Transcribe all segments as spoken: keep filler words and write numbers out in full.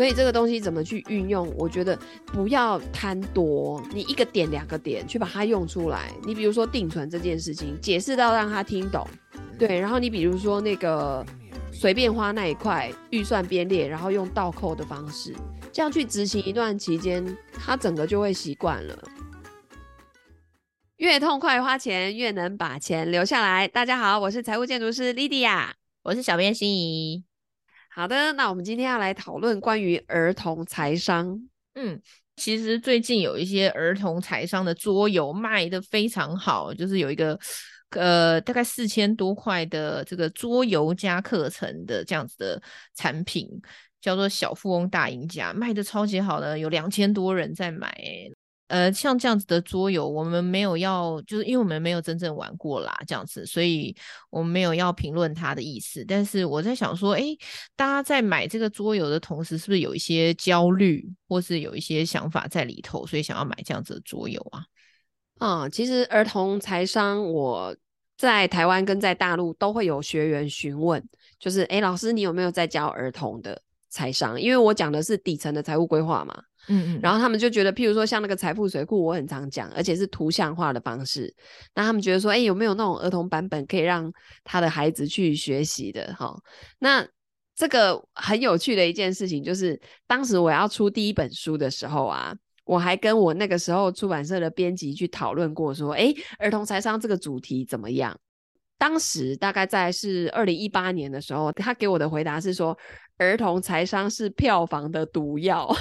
所以这个东西怎么去运用，我觉得不要贪多，你一个点两个点去把它用出来。你比如说定存这件事情，解释到让他听懂，对，然后你比如说那个随便花那一块预算编列，然后用倒扣的方式，这样去执行一段期间，他整个就会习惯了。越痛快花钱，越能把钱留下来。大家好，我是财务建筑师 Lydia， 我是小编心怡。 好的，那我们今天要来讨论关于儿童财商。 嗯，其实最近有一些儿童财商的桌游卖得非常好，就是有一个呃大概四千多块的这个桌游加课程的这样子的产品，叫做小富翁大赢家，卖得超级好的，有两千多人在买欸。呃，像这样子的桌游，我们没有要，就是因为我们没有真正玩过啦，这样子，所以我们没有要评论它的意思。但是我在想说，诶，大家在买这个桌游的同时，是不是有一些焦虑，或是有一些想法在里头，所以想要买这样子的桌游啊？ 啊、其实儿童财商，我在台湾跟在大陆都会有学员询问，就是诶，老师你有没有在教儿童的财商？因为我讲的是底层的财务规划嘛。 嗯嗯， 然后他们就觉得，譬如说像那个财富水库，我很常讲，而且是图像化的方式。那他们觉得说，哎，有没有那种儿童版本可以让他的孩子去学习的？哈，那这个很有趣的一件事情，就是当时我要出第一本书的时候啊，我还跟我那个时候出版社的编辑去讨论过，说，哎，儿童财商这个主题怎么样？当时大概在是二零一八年的时候，他给我的回答是说，儿童财商是票房的毒药。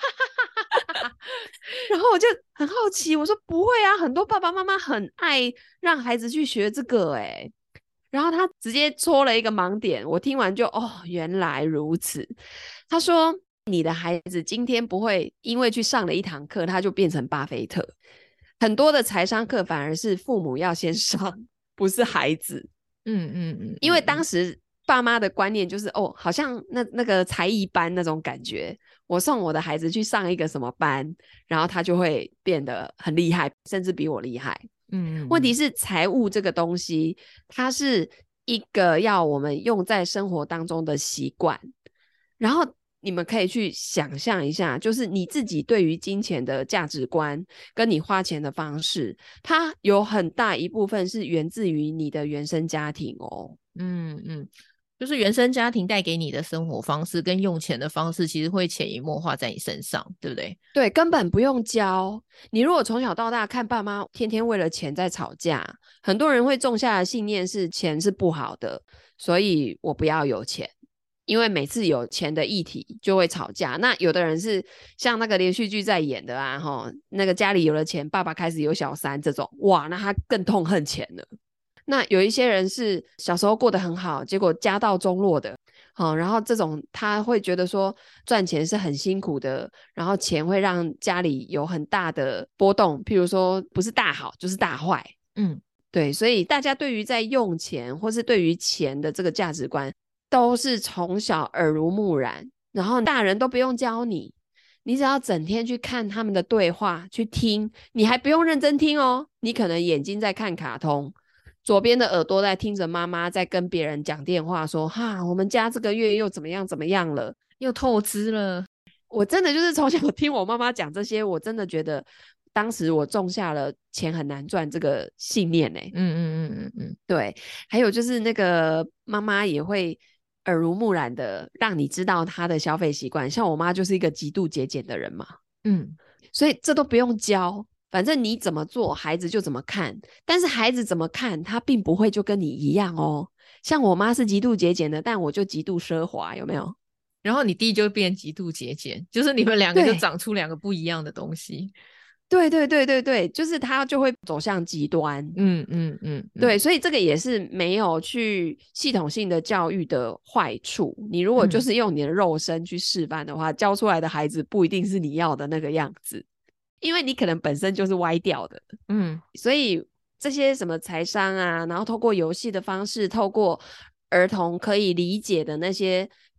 然后我就很好奇，我说不会啊，很多爸爸妈妈很爱让孩子去学这个欸。然后他直接戳了一个盲点，我听完就哦，原来如此。他说你的孩子今天不会因为去上了一堂课他就变成巴菲特，很多的财商课反而是父母要先上，不是孩子。 嗯嗯嗯， 因为当时爸妈的观念就是哦，好像那那个才艺班那种感觉，我送我的孩子去上一个什么班，然后他就会变得很厉害，甚至比我厉害。 嗯嗯， 问题是财务这个东西，它是一个要我们用在生活当中的习惯，然后你们可以去想象一下，就是你自己对于金钱的价值观跟你花钱的方式，它有很大一部分是源自于你的原生家庭哦。 嗯嗯，就是原生家庭带给你的生活方式跟用钱的方式，其实会潜移默化在你身上，对不对？ 对，根本不用教。你如果从小到大看爸妈天天为了钱在吵架，很多人会种下的信念是钱是不好的，所以我不要有钱。因为每次有钱的议题就会吵架。那有的人是像那个连续剧在演的啊，齁，那个家里有了钱，爸爸开始有小三这种，哇，那他更痛恨钱了。那有一些人是小时候过得很好，结果家道中落的，好，然后这种他会觉得说赚钱是很辛苦的，然后钱会让家里有很大的波动，譬如说不是大好就是大坏。 嗯， 对，所以大家对于在用钱或是对于钱的这个价值观，都是从小耳濡目染，然后大人都不用教你，你只要整天去看他们的对话，去听，你还不用认真听哦，你可能眼睛在看卡通，左边的耳朵在听着妈妈在跟别人讲电话说，哈，我们家这个月又怎么样怎么样了。 又透支了。 我真的就是从小听我妈妈讲这些，我真的觉得当时我种下了钱很难赚这个信念欸。 嗯嗯嗯嗯嗯， 对，还有就是那个妈妈也会耳濡目染的让你知道她的消费习惯，像我妈就是一个极度节俭的人嘛， 嗯， 所以这都不用教，反正你怎么做孩子就怎么看，但是孩子怎么看他并不会就跟你一样哦。像我妈是极度节俭的，但我就极度奢华，有没有？ 然后你弟就变极度节俭，就是你们两个就对长出两个不一样的东西。 对对对对对，就是他就会走向极端。 嗯嗯嗯对， 嗯所以这个也是没有去系统性的教育的坏处。你如果就嗯是用你的肉身去示范的话，教出来的孩子不一定是你要的那个样子，因为你可能本身就是歪掉的。 嗯所以这些什么财商啊，然后透过游戏的方式，透过儿童可以理解的那些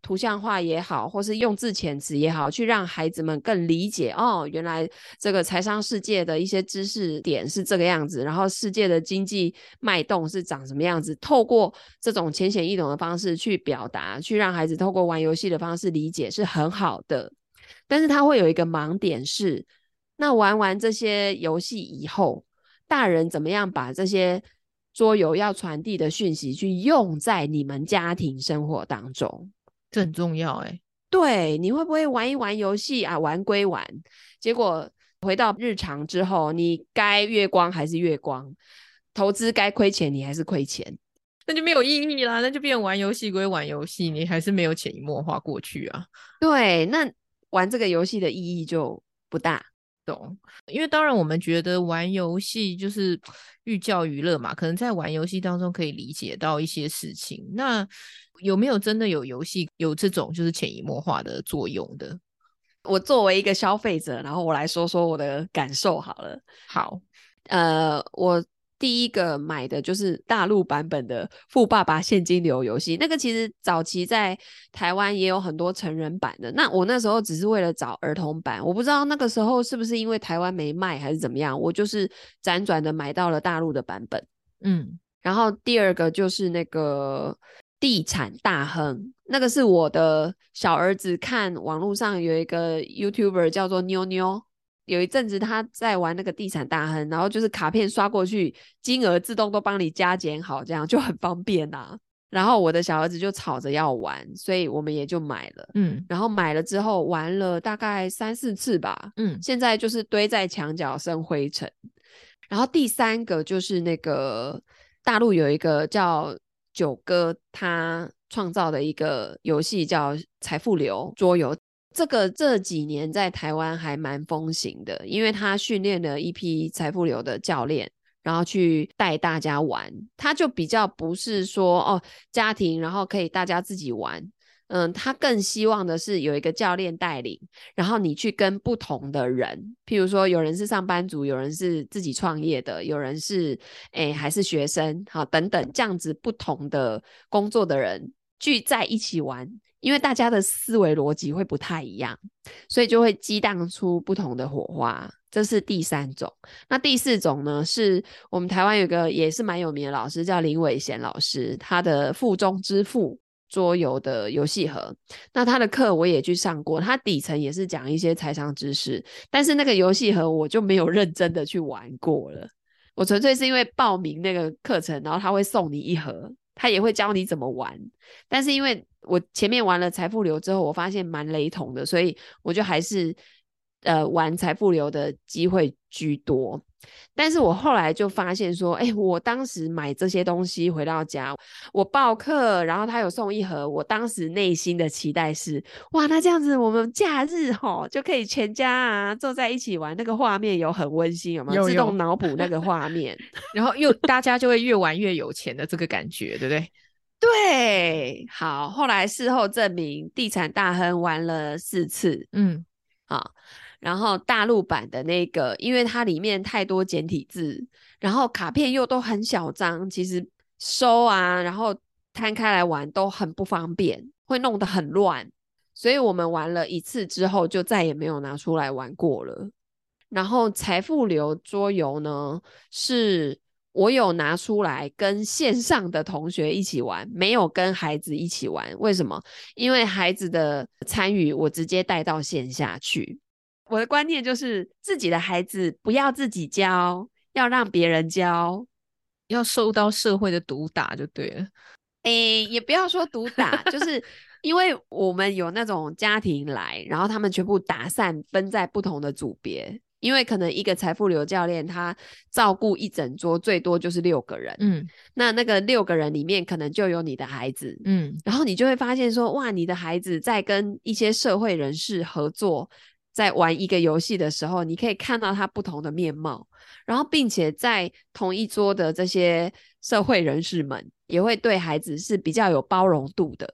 图像化也好，或是用字遣词也好，去让孩子们更理解哦，原来这个财商世界的一些知识点是这个样子，然后世界的经济脉动是长什么样子，透过这种浅显易懂的方式去表达，去让孩子透过玩游戏的方式理解是很好的。但是它会有一个盲点是，那玩完这些游戏以后，大人怎么样把这些桌游要传递的讯息去用在你们家庭生活当中？ 这很重要哎、欸。 对，你会不会玩一玩游戏啊？玩归玩，结果回到日常之后，你该月光还是月光，投资该亏钱你还是亏钱， 那就没有意义啦，那就变玩游戏归玩游戏，你还是没有潜移默化过去啊。 对，那玩这个游戏的意义就不大。 懂，因为当然我们觉得玩游戏就是寓教于乐嘛，可能在玩游戏当中可以理解到一些事情。那有没有真的有游戏有这种就是潜移默化的作用的？ 我作为一个消费者，然后我来说说我的感受好了。 好， 呃，我第一个买的就是大陆版本的富爸爸现金流游戏，那个其实早期在台湾也有很多成人版的，那我那时候只是为了找儿童版，我不知道那个时候是不是因为台湾没卖还是怎么样，我就是辗转的买到了大陆的版本。 嗯， 然后第二个就是那个地产大亨，那个是我的小儿子看网络上有一个 YouTuber 叫做妞妞，有一阵子他在玩那个地产大亨，然后就是卡片刷过去，金额自动都帮你加减好，这样就很方便啊。然后我的小儿子就吵着要玩，所以我们也就买了。 嗯， 然后买了之后玩了大概三四次吧， 嗯， 现在就是堆在墙角生灰尘。然后第三个就是那个大陆有一个叫九哥，他创造的一个游戏叫财富流桌游，这个这几年在台湾还蛮风行的，因为他训练了一批财富流的教练，然后去带大家玩，他就比较不是说哦家庭然后可以大家自己玩，嗯，他更希望的是有一个教练带领，然后你去跟不同的人，譬如说有人是上班族，有人是自己创业的，有人是诶还是学生，好等等这样子不同的工作的人聚在一起玩，因为大家的思维逻辑会不太一样，所以就会激荡出不同的火花。这是第三种。那第四种呢，是我们台湾有个也是蛮有名的老师叫林伟贤老师，他的腹中之父桌游的游戏盒，那他的课我也去上过，他底层也是讲一些财商知识，但是那个游戏盒我就没有认真的去玩过了，我纯粹是因为报名那个课程，然后他会送你一盒，他也会教你怎么玩，但是因为我前面玩了财富流之后，我发现蛮雷同的，所以我就还是呃玩财富流的机会居多。但是我后来就发现说，哎，我当时买这些东西回到家，我报课，然后他有送一盒，我当时内心的期待是，哇，那这样子我们假日吼就可以全家啊坐在一起玩，那个画面有很温馨，有没有？ 有有自动脑补那个画面。 然后又大家就会越玩越有钱的这个感觉，对不对？ 对，好，后来事后证明，地产大亨玩了四次， 嗯， 好，然后大陆版的那个，因为它里面太多简体字，然后卡片又都很小张，其实收啊，然后摊开来玩都很不方便，会弄得很乱，所以我们玩了一次之后，就再也没有拿出来玩过了。然后财富流桌游呢，是我有拿出来跟线上的同学一起玩，没有跟孩子一起玩。为什么？因为孩子的参与我直接带到线下去。我的观念就是自己的孩子不要自己教，要让别人教。 要受到社会的毒打就对了。 诶，也不要说毒打，就是因为我们有那种家庭来，然后他们全部打散分在不同的组别，因为可能一个财富流教练他照顾一整桌最多就是六个人， 嗯， 那那个六个人里面可能就有你的孩子， 嗯， 然后你就会发现说，哇，你的孩子在跟一些社会人士合作，在玩一个游戏的时候，你可以看到他不同的面貌，然后并且在同一桌的这些社会人士们也会对孩子是比较有包容度的，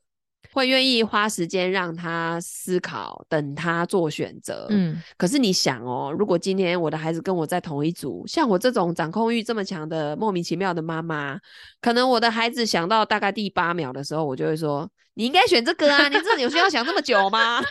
会愿意花时间让他思考，等他做选择。 嗯， 可是你想哦，如果今天我的孩子跟我在同一组，像我这种掌控欲这么强的莫名其妙的妈妈，可能我的孩子想到大概第八秒的时候，我就会说你应该选这个啊，你这有需要想这么久吗？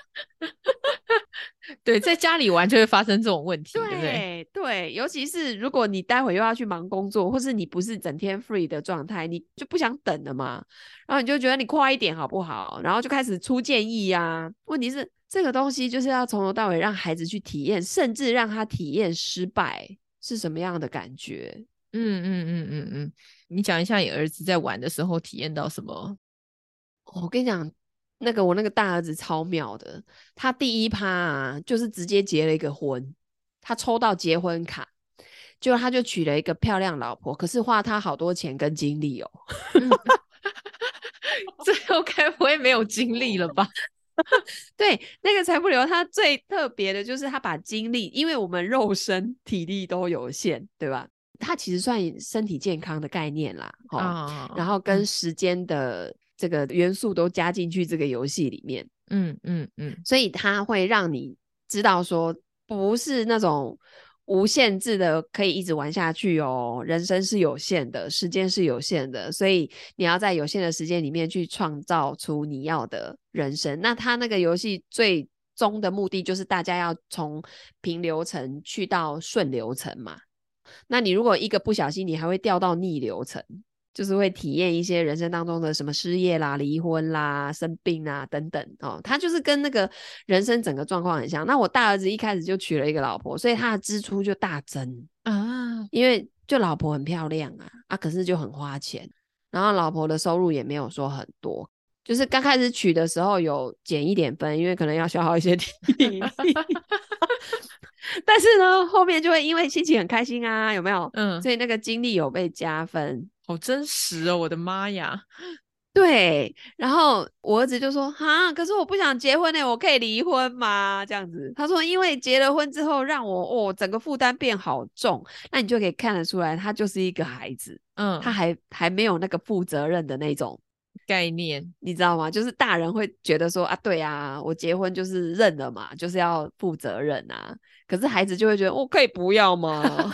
对，在家里玩就会发生这种问题，对不对？ 对对，尤其是如果你待会又要去忙工作，或是你不是整天 free 的状态，你就不想等了嘛，然后你就觉得你快一点好不好，然后就开始出建议啊。问题是这个东西就是要从头到尾让孩子去体验，甚至让他体验失败是什么样的感觉。 嗯嗯嗯嗯嗯，你讲一下你儿子在玩的时候体验到什么？ 我跟你讲，那个我那个大儿子超妙的，他第一趴啊，就是直接结了一个婚，他抽到结婚卡，结果他就娶了一个漂亮老婆，可是花他好多钱跟精力哦。 嗯，最后该不会没有精力了吧？ 对，那个财富流他最特别的就是他把精力，因为我们肉身体力都有限，对吧？他其实算身体健康的概念啦，齁， 啊， 然后跟嗯时间的这个元素都加进去这个游戏里面， 嗯嗯嗯所以他会让你知道说，不是那种无限制的可以一直玩下去哦，人生是有限的，时间是有限的，所以你要在有限的时间里面去创造出你要的人生。那他那个游戏最终的目的就是大家要从平流层去到顺流层嘛。那你如果一个不小心，你还会掉到逆流层，就是会体验一些人生当中的什么失业啦、离婚啦、生病啦等等哦。他就是跟那个人生整个状况很像。那我大儿子一开始就娶了一个老婆，所以他的支出就大增啊， 因为就老婆很漂亮啊，啊，可是就很花钱，然后老婆的收入也没有说很多。就是刚开始娶的时候有减一点分，因为可能要消耗一些体力但是呢，后面就会因为心情很开心啊，有没有？ 嗯， 所以那个精力有被加分。 好真实哦，我的妈呀！ 对，然后我儿子就说：哈，可是我不想结婚呢，我可以离婚吗？这样子，他说因为结了婚之后，让我哦整个负担变好重。那你就可以看得出来，他就是一个孩子，他嗯， 还还没有那个负责任的那种。 概念， 你知道吗？就是大人会觉得说啊，对啊，我结婚就是认了嘛，就是要负责任啊。可是孩子就会觉得，我、哦、可以不要吗？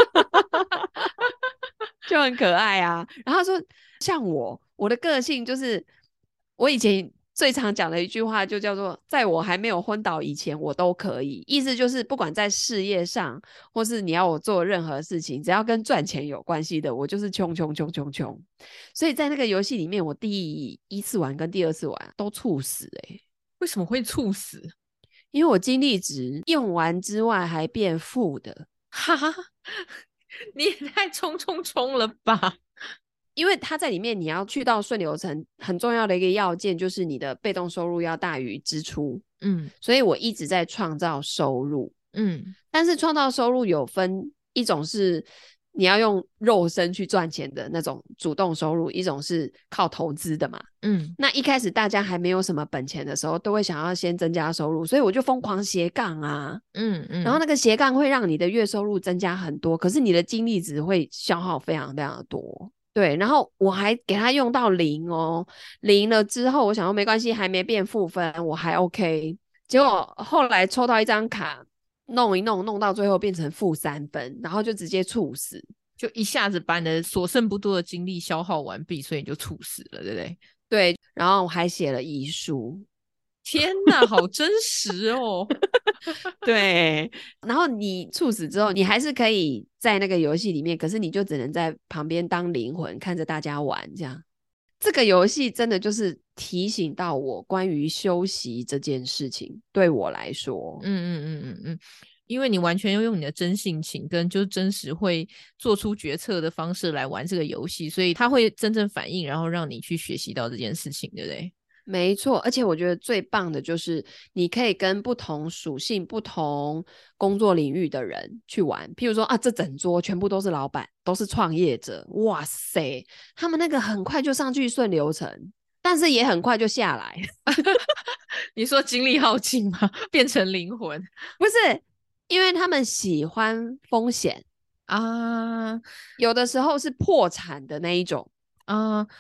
就很可爱啊。然后他说，像我，我的个性就是，我以前最常讲的一句话就叫做，在我还没有昏倒以前，我都可以。意思就是，不管在事业上，或是你要我做任何事情，只要跟赚钱有关系的，我就是穷穷穷穷穷。所以在那个游戏里面，我第一次玩跟第二次玩都猝死哎、欸， 为什么会猝死？ 因为我精力值用完之外还变负的。 哈哈，你也太冲冲冲了吧！ 因为它在里面，你要去到顺流程，很重要的一个要件就是你的被动收入要大于支出。 嗯所以我一直在创造收入。 嗯但是创造收入有分一种是你要用肉身去赚钱的那种主动收入，一种是靠投资的嘛。 嗯那一开始大家还没有什么本钱的时候，都会想要先增加收入，所以我就疯狂斜杠啊。 嗯嗯， 然后那个斜杠会让你的月收入增加很多，可是你的精力值会消耗非常非常的多。对，然后我还给他用到零哦，零了之后，我想说没关系，还没变负分，我还 OK。结果后来抽到一张卡，弄一弄，弄到最后变成负三分，然后就直接猝死。 就一下子把你的所剩不多的精力消耗完毕，所以你就猝死了，对不对？ 对，然后我还写了遗书。 天哪，好真实哦！ 对，然后你猝死之后，你还是可以在那个游戏里面，可是你就只能在旁边当灵魂，看着大家玩这样。这个游戏真的就是提醒到我关于休息这件事情，对我来说， 嗯嗯嗯嗯嗯，因为你完全要用你的真性情跟就是真实会做出决策的方式来玩这个游戏，所以它会真正反应，然后让你去学习到这件事情，对不对？ 没错，而且我觉得最棒的就是你可以跟不同属性、不同工作领域的人去玩。譬如说啊，这整桌全部都是老板，都是创业者，哇塞，他们那个很快就上去顺流程，但是也很快就下来。 你说精力耗尽吗？变成灵魂不是，因为他们喜欢风险， 啊有的时候是破产的那一种。 啊！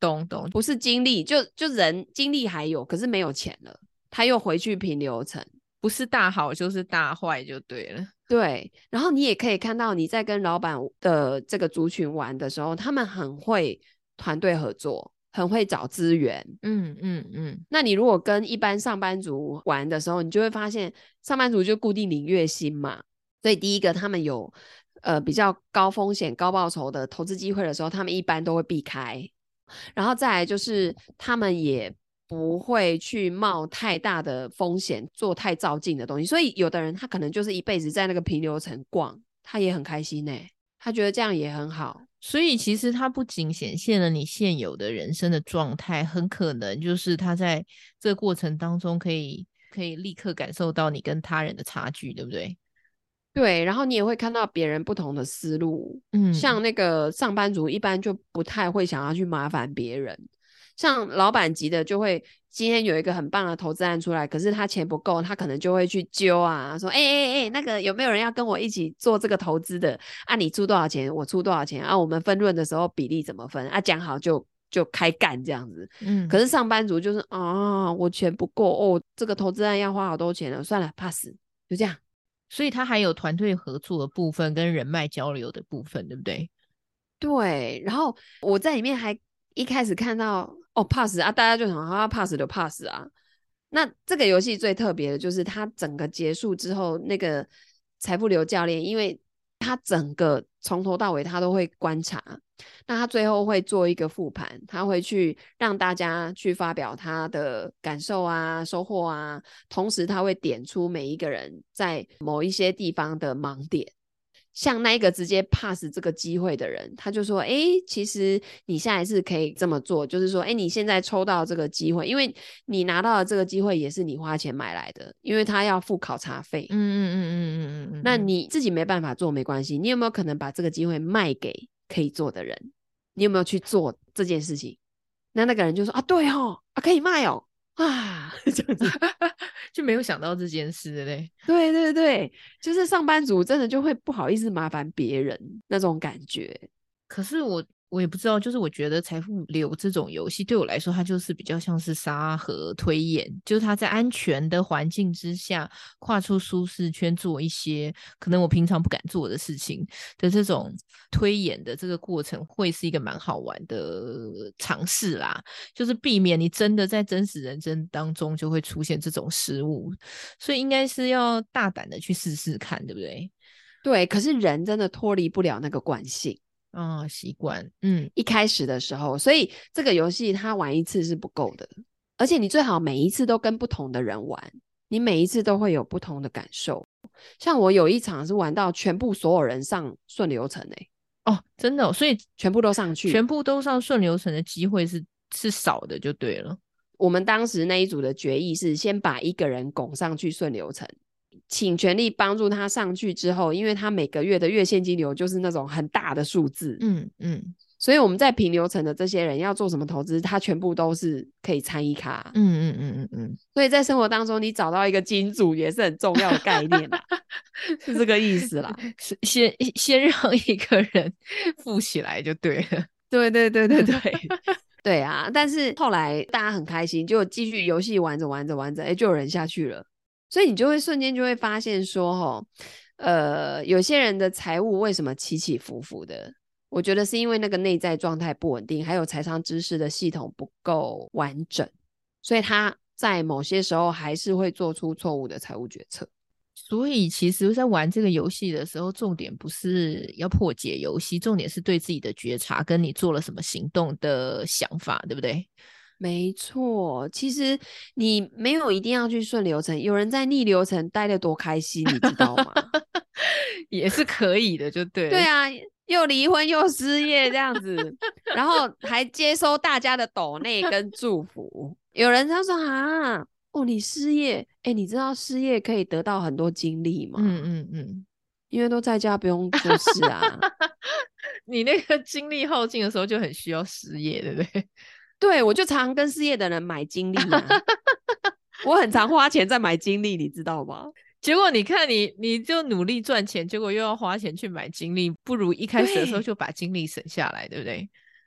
懂懂， 不是精力，就就人精力还有，可是没有钱了，他又回去平流层。 不是大好就是大坏就对了。 对，然后你也可以看到你在跟老板的这个族群玩的时候，他们很会团队合作，很会找资源。 嗯嗯嗯， 那你如果跟一般上班族玩的时候，你就会发现上班族就固定领月薪嘛，所以第一个他们有呃比较高风险高报酬的投资机会的时候，他们一般都会避开。然后再来就是他们也不会去冒太大的风险做太躁进的东西，所以有的人他可能就是一辈子在那个平流层逛，他也很开心欸，他觉得这样也很好。 所以其实它不仅显现了你现有的人生的状态，很可能就是他在这个过程当中可以可以立刻感受到你跟他人的差距，对不对？ 对，然后你也会看到别人不同的思路。 嗯， 像那个上班族一般就不太会想要去麻烦别人，像老板级的就会今天有一个很棒的投资案出来，可是他钱不够，他可能就会去揪啊，说哎哎哎，那个有没有人要跟我一起做这个投资的啊？你出多少钱，我出多少钱啊？我们分润的时候比例怎么分啊？讲好就就开干这样子。 嗯， 可是上班族就是啊，我钱不够哦，这个投资案要花好多钱了，算了，pass，就这样。 所以他还有团队合作的部分跟人脉交流的部分，对不对？ 对，然后我在里面还一开始看到哦 pass 啊，大家就想啊 pass 就 pass 啊。那这个游戏最特别的就是它整个结束之后，那个财富流教练，因为他整个从头到尾他都会观察，那他最后会做一个复盘，他会去让大家去发表他的感受啊、收获啊，同时他会点出每一个人在某一些地方的盲点。像那一个直接 pass 这个机会的人，他就说：“哎，其实你下一次可以这么做，就是说，哎，你现在抽到这个机会，因为你拿到的这个机会也是你花钱买来的，因为他要付考察费。 嗯嗯嗯嗯嗯嗯嗯， 那你自己没办法做没关系，你有没有可能把这个机会卖给可以做的人？你有没有去做这件事情？那那个人就说：啊，对哦，啊，可以卖哦，啊，这样子。” 就没有想到这件事嘞。 对对对，就是上班族真的就会不好意思麻烦别人那种感觉。 可是我我也不知道，就是我觉得财富流这种游戏对我来说，它就是比较像是沙盒推演，就是它在安全的环境之下跨出舒适圈，做一些可能我平常不敢做的事情的这种推演的这个过程，会是一个蛮好玩的尝试啦。就是避免你真的在真实人生当中就会出现这种失误，所以应该是要大胆的去试试看，对不对？ 对，可是人真的脱离不了那个惯性。 啊、习惯，嗯， 一开始的时候，所以这个游戏它玩一次是不够的，而且你最好每一次都跟不同的人玩，你每一次都会有不同的感受。像我有一场是玩到全部所有人上顺流程欸， 哦，真的哦，所以全部都上去， 全部都上顺流程的机会是是少的，就对了。 我们当时那一组的决议是先把一个人拱上去顺流程，请全力帮助他上去之后，因为他每个月的月现金流就是那种很大的数字， 嗯嗯所以我们在平流程的这些人要做什么投资，他全部都是可以参与卡。 嗯嗯嗯嗯嗯， 所以在生活当中，你找到一个金主也是很重要的概念啦，是这个意思啦。 是先先让一个人富起来就对了。 对对对对对。对啊，但是后来大家很开心，就继续游戏玩着玩着玩着，哎，就有人下去了，所以你就会瞬间就会发现说，哦，呃，有些人的财务为什么起起伏伏的？我觉得是因为那个内在状态不稳定，还有财商知识的系统不够完整，所以他在某些时候还是会做出错误的财务决策。 所以其实在玩这个游戏的时候，重点不是要破解游戏，重点是对自己的觉察跟你做了什么行动的想法，对不对？ 没错，其实你没有一定要去顺流程，有人在逆流程待得多开心，你知道吗？ 也是可以的，就对了。 对啊，又离婚又失业这样子，然后还接收大家的抖内跟祝福。有人他说啊，哦，你失业，哎，你知道失业可以得到很多精力吗？ 嗯嗯嗯， 因为都在家不用做事啊。 你那个精力耗尽的时候就很需要失业，对不对？ 对，我就常常跟失业的人买精力啊，我很常花钱在买精力，你知道吗？ 结果你看你，你就努力赚钱，结果又要花钱去买精力，不如一开始的时候对就把精力省下来，对不对？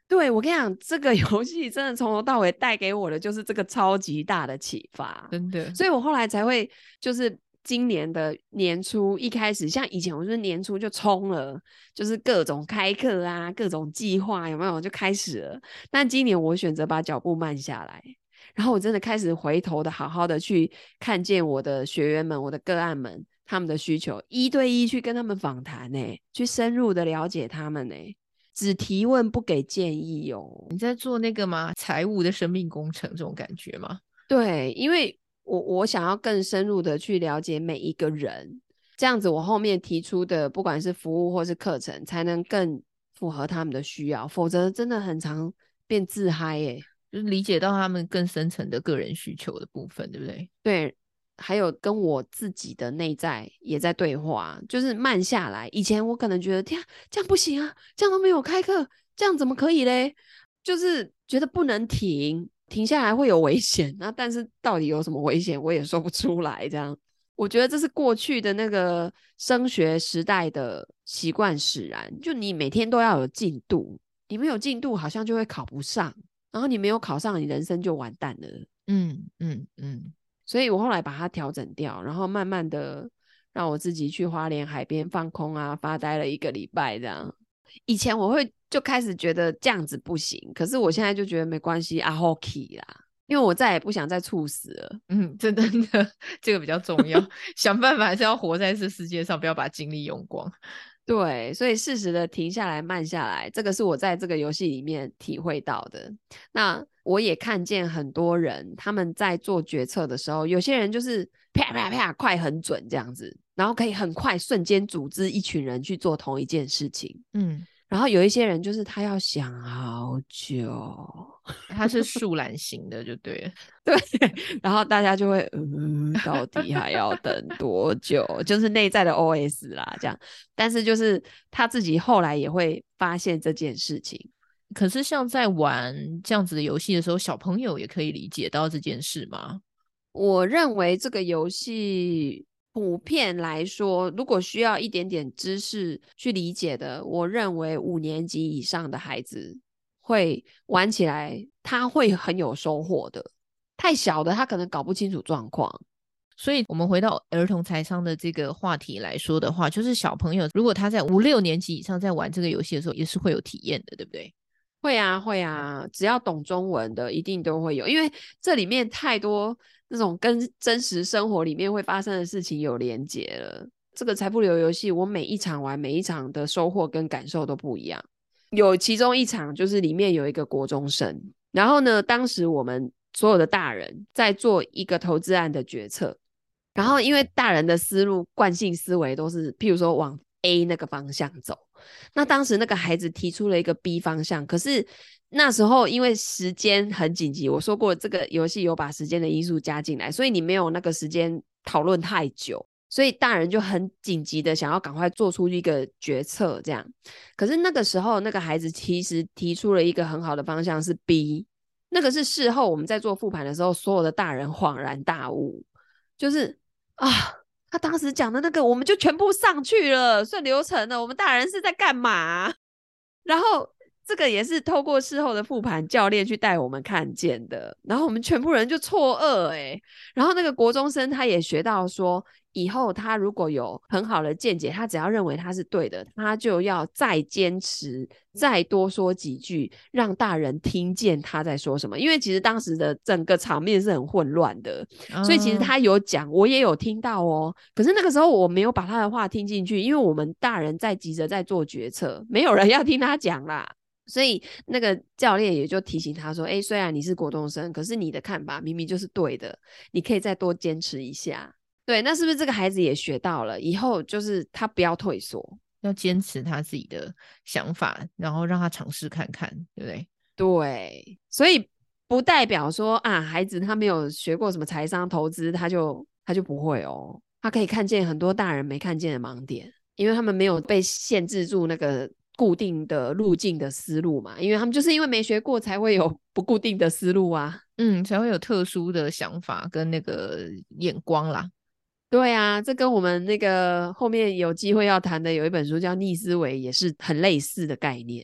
对，我跟你讲，这个游戏真的从头到尾带给我的就是这个超级大的启发， 真的。 所以我后来才会就是今年的年初一开始，像以前我就是年初就冲了，就是各种开课啊，各种计划有没有就开始了。但今年我选择把脚步慢下来，然后我真的开始回头的好好的去看见我的学员们、我的个案们他们的需求，一对一去跟他们访谈呢，去深入的了解他们呢。只提问不给建议哦。 你在做那个吗？财务的生命工程这种感觉吗？ 对，因为我我想要更深入的去了解每一个人，这样子我后面提出的不管是服务或是课程，才能更符合他们的需要，否则真的很常变自嗨耶。 就是理解到他们更深层的个人需求的部分，对不对？ 对，还有跟我自己的内在也在对话，就是慢下来。以前我可能觉得，天啊，这样不行啊，这样都没有开课，这样怎么可以嘞？就是觉得不能停，停下来会有危险。那但是到底有什么危险，我也说不出来。这样，我觉得这是过去的那个升学时代的习惯使然，就你每天都要有进度，你没有进度，好像就会考不上，然后你没有考上，你人生就完蛋了。 嗯嗯嗯。 所以我后来把它调整掉，然后慢慢的让我自己去花莲海边放空啊，发呆了一个礼拜这样。以前我会就开始觉得这样子不行，可是我现在就觉得没关系啊 ，OK 啦，因为我再也不想再猝死了。 嗯，真的，这个比较重要。想办法还是要活在这世界上，不要把精力用光。 对，所以适时的停下来、慢下来，这个是我在这个游戏里面体会到的。那我也看见很多人他们在做决策的时候，有些人就是啪啪啪快很准这样子，然后可以很快瞬间组织一群人去做同一件事情。 嗯， 然后有一些人就是他要想好久， 它是树懒型的，就对了。 对，然后大家就会，嗯，到底还要等多久？就是内在的 O S 啦，这样。但是就是他自己后来也会发现这件事情。 可是像在玩这样子的游戏的时候，小朋友也可以理解到这件事吗？ 我认为这个游戏普遍来说，如果需要一点点知识去理解的，我认为五年级以上的孩子会玩起来，他会很有收获的。太小的他可能搞不清楚状况。 所以，我们回到儿童财商的这个话题来说的话，就是小朋友如果他在五六年级以上在玩这个游戏的时候，也是会有体验的，对不对？ 会啊，会啊，只要懂中文的，一定都会有，因为这里面太多那种跟真实生活里面会发生的事情有连结了。这个财富流游戏，我每一场玩，每一场的收获跟感受都不一样。有其中一场就是里面有一个国中生，然后呢，当时我们所有的大人在做一个投资案的决策，然后因为大人的思路惯性思维都是譬如说往 A 那个方向走，那当时那个孩子提出了一个 B 方向，可是那时候因为时间很紧急，我说过这个游戏有把时间的因素加进来，所以你没有那个时间讨论太久，所以大人就很紧急的想要赶快做出一个决策这样。可是那个时候那个孩子其实提出了一个很好的方向是 B， 那个是事后我们在做复盘的时候，所有的大人恍然大悟，就是啊，他当时讲的那个，我们就全部上去了，顺流程了。我们大人是在干嘛？然后这个也是透过事后的复盘，教练去带我们看见的。然后我们全部人就错愕哎、欸。然后那个国中生他也学到说，以后他如果有很好的见解，他只要认为他是对的，他就要再坚持，再多说几句，让大人听见他在说什么。因为其实当时的整个场面是很混乱的，所以其实啊， 他有讲，我也有听到哦。可是那个时候我没有把他的话听进去，因为我们大人在急着在做决策，没有人要听他讲啦。所以那个教练也就提醒他说：“哎，虽然你是国中生，可是你的看法明明就是对的，你可以再多坚持一下。”对，那是不是这个孩子也学到了？以后就是他不要退缩， 要坚持他自己的想法，然后让他尝试看看，对不对？ 对，所以不代表说啊，孩子他没有学过什么财商投资，他就他就不会哦。他可以看见很多大人没看见的盲点，因为他们没有被限制住那个固定的路径的思路嘛，因为他们就是因为没学过才会有不固定的思路啊。 嗯，才会有特殊的想法跟那个眼光啦。 对啊，这跟我们那个后面有机会要谈的有一本书叫《逆思维》也是很类似的概念。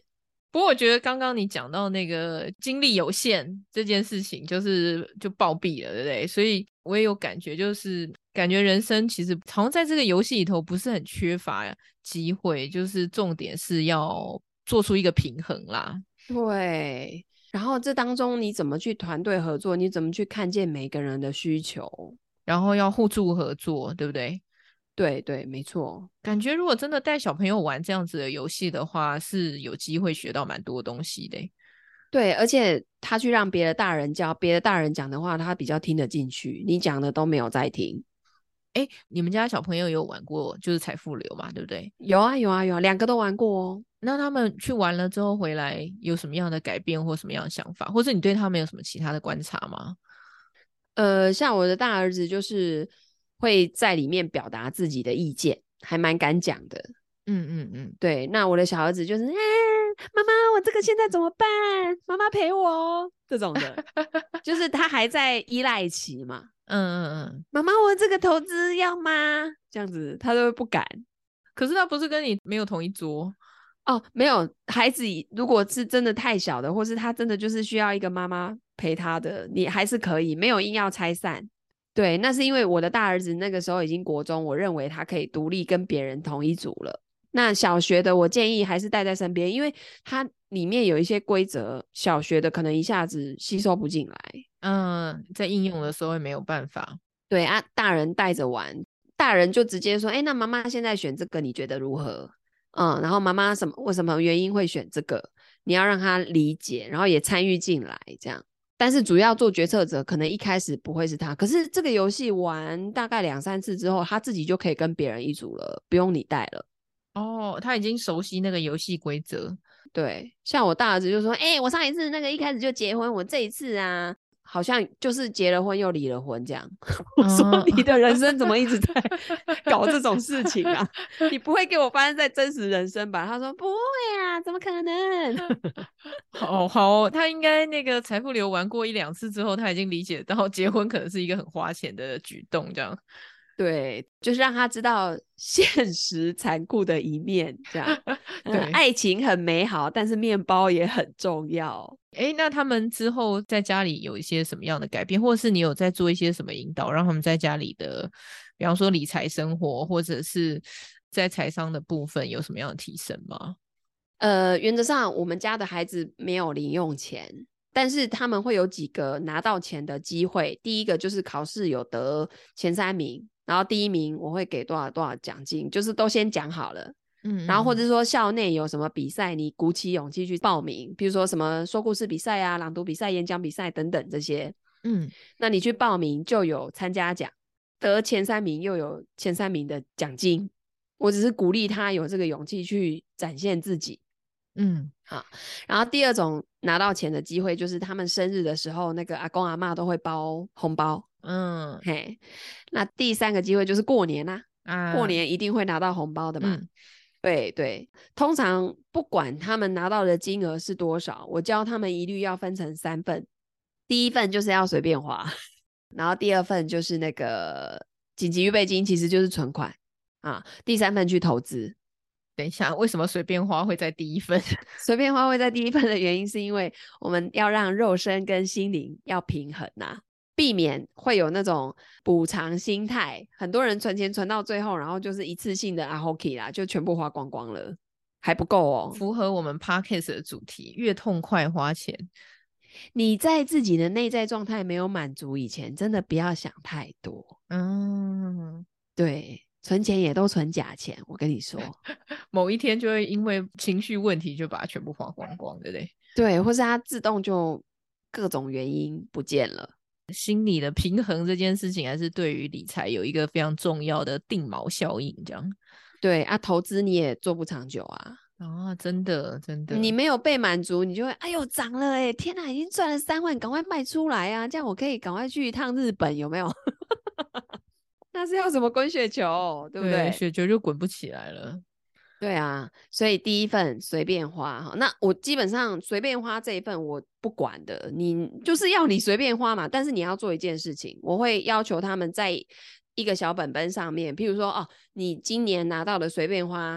不过我觉得刚刚你讲到那个精力有限这件事情，就是就暴毙了，对不对？所以我也有感觉，就是感觉人生其实好像在这个游戏里头不是很缺乏机会，就是重点是要做出一个平衡啦。 对，然后这当中你怎么去团队合作，你怎么去看见每个人的需求， 然后要互助合作，对不对？ 对对，没错。 感觉如果真的带小朋友玩这样子的游戏的话，是有机会学到蛮多东西的欸。 对，而且他去让别的大人教，别的大人讲的话，他比较听得进去，你讲的都没有在听。 哎，你们家小朋友有玩过就是财富流嘛，对不对？ 有啊有啊有啊，两个都玩过哦。 那他们去玩了之后回来有什么样的改变或什么样的想法，或者你对他们有什么其他的观察吗？ 呃，像我的大儿子就是会在里面表达自己的意见，还蛮敢讲的。 嗯嗯嗯对，那我的小儿子就是，哎，妈妈，我这个现在怎么办？妈妈陪我哦，这种的，就是他还在依赖期嘛。 嗯嗯嗯。 妈妈，我这个投资要吗？这样子他都会不敢。 可是他不是跟你没有同一桌？ 哦，没有，孩子如果是真的太小的，或是他真的就是需要一个妈妈陪他的，你还是可以，没有硬要拆散。对，那是因为我的大儿子那个时候已经国中，我认为他可以独立跟别人同一组了。那小学的我建议还是带在身边，因为它里面有一些规则，小学的可能一下子吸收不进来。 嗯，在应用的时候也没有办法。 对啊，大人带着玩，大人就直接说，哎，那妈妈现在选这个，你觉得如何？嗯，然后妈妈什么为什么原因会选这个？你要让他理解，然后也参与进来，这样。但是主要做决策者可能一开始不会是他，可是这个游戏玩大概两三次之后，他自己就可以跟别人一组了，不用你带了。 哦，他已经熟悉那个游戏规则。 对，像我大儿子就说：“哎、欸，我上一次那个一开始就结婚，我这一次啊，好像就是结了婚又离了婚这样。”我说： 嗯， “你的人生怎么一直在搞这种事情啊？你不会给我发生在真实人生吧？”他说：“不会啊，怎么可能？” 好好，他应该那个财富流玩过一两次之后，他已经理解到结婚可能是一个很花钱的举动，这样。 对，就是让他知道现实残酷的一面，这样。呃， 对。 爱情很美好，但是面包也很重要。 哎，那他们之后在家里有一些什么样的改变，或是你有在做一些什么引导，让他们在家里的，比方说理财生活，或者是在财商的部分有什么样的提升吗？ 呃，原则上我们家的孩子没有零用钱，但是他们会有几个拿到钱的机会。第一个就是考试有得前三名，然后第一名我会给多少多少奖金，就是都先讲好了。 嗯然后或者嗯说校内有什么比赛，你鼓起勇气去报名，比如说什么说故事比赛啊、朗读比赛、演讲比赛等等这些， 嗯那你去报名就有参加奖，得前三名又有前三名的奖金。我只是鼓励他有这个勇气去展现自己。 嗯好，然后第二种拿到钱的机会就是他们生日的时候，那个阿公阿嬷都会包红包。 嗯嘿，那第三个机会就是过年啦、啊，过啊年一定会拿到红包的嘛。 嗯对对，通常不管他们拿到的金额是多少，我教他们一律要分成三份。第一份就是要随便花，然后第二份就是那个紧急预备金，其实就是存款啊。第三份去投资。 等一下，为什么随便花会在第一份？ 随便花会在第一份的原因，是因为我们要让肉身跟心灵要平衡呐、啊，避免会有那种补偿心态。很多人存钱存到最后，然后就是一次性的啊 hockey 啦，就全部花光光了，还不够哦。 符合我们 podcast 的主题，越痛快花钱。 你在自己的内在状态没有满足以前，真的不要想太多。 嗯， 对，存钱也都存假钱，我跟你说。 某一天就会因为情绪问题就把它全部花光光，对不对？ 对，或是它自动就各种原因不见了。 心理的平衡这件事情，还是对于理财有一个非常重要的定锚效应，这样。 对啊，投资你也做不长久啊。 啊，真的真的， 你没有被满足，你就会哎呦涨了哎，天哪，已经赚了三万，赶快卖出来啊，这样我可以赶快去一趟日本，有没有？那是要什么滚雪球，对不对？ 对，雪球就滚不起来了。 对啊，所以第一份随便花哈，那我基本上随便花这一份我不管的，你就是要你随便花嘛，但是你要做一件事情，我会要求他们在一个小本本上面，譬如说哦，你今年拿到的随便花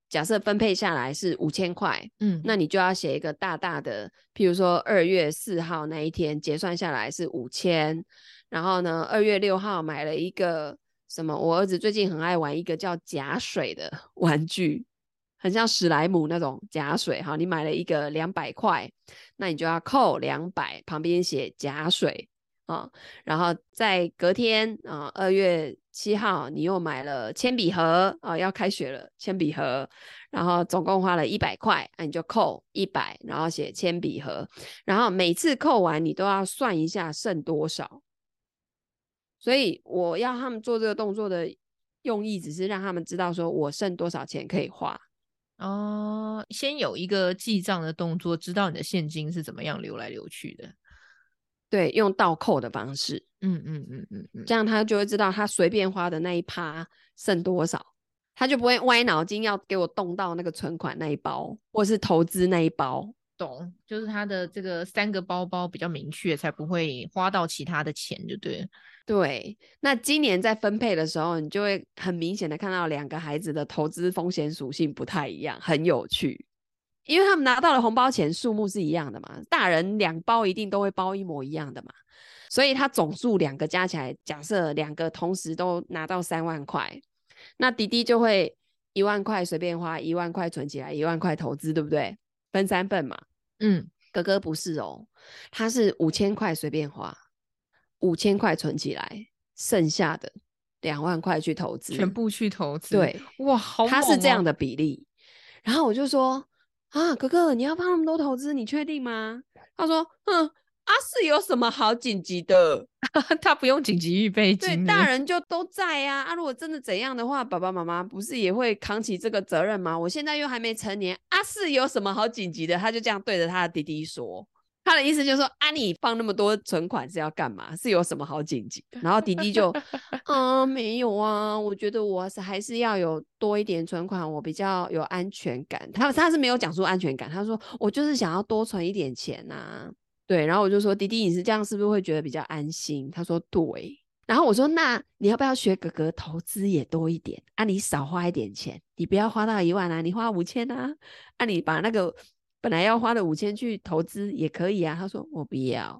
假设分配下来是五千块， 嗯， 那你就要写一个大大的，譬如说二月四号那一天结算下来是五千，然后呢二月六号买了一个什么，我儿子最近很爱玩一个叫假水的玩具，很像史莱姆那种假水，好，你买了一个两百块，那你就要扣两百，旁边写假水啊，然后在隔天啊，二月七号你又买了铅笔盒啊，要开学了，铅笔盒，然后总共花了一百块，那你就扣一百，然后写铅笔盒，然后每次扣完你都要算一下剩多少。所以我要他们做这个动作的用意，只是让他们知道说我剩多少钱可以花。 哦，先有一个记账的动作，知道你的现金是怎么样流来流去的。 对，用倒扣的方式， 嗯嗯嗯嗯嗯， 这样他就会知道他随便花的那一趴剩多少，他就不会歪脑筋要给我动到那个存款那一包，或是投资那一包。 懂，就是他的这个三个包包比较明确，才不会花到其他的钱，就对了。 对，那今年在分配的时候，你就会很明显的看到两个孩子的投资风险属性不太一样，很有趣。因为他们拿到的红包钱数目是一样的嘛，大人两包一定都会包一模一样的嘛，所以他总数两个加起来，假设两个同时都拿到三万块，那弟弟就会一万块随便花，一万块存起来，一万块投资，对不对？分三份嘛。 嗯， 哥哥不是哦，他是五千块随便花，五千块存起来，剩下的两万块去投资， 全部去投资。 对， 哇，好猛哦！ 他是这样的比例。然后我就说啊，哥哥，你要帮那么多投资，你确定吗？他说，哼，啊是有什么好紧急的？ 他不用紧急预备对， 金， 大人就都在呀、啊。啊，如果真的怎样的话，爸爸妈妈不是也会扛起这个责任吗？我现在又还没成年，啊是有什么好紧急的？他就这样对着他的弟弟说。他的意思就是说，啊，你放那么多存款是要干嘛？是有什么好紧急的？然后弟弟就，啊，没有啊，我觉得我是还是要有多一点存款，我比较有安全感。他他是没有讲出安全感，他说我就是想要多存一点钱呐、啊。对，然后我就说，弟弟，你是这样是不是会觉得比较安心？他说对。然后我说，那你要不要学哥哥投资也多一点啊？你少花一点钱，你不要花到一万啊，你花五千啊，啊，你把那个本来要花的五千去投资也可以啊。他说我不要。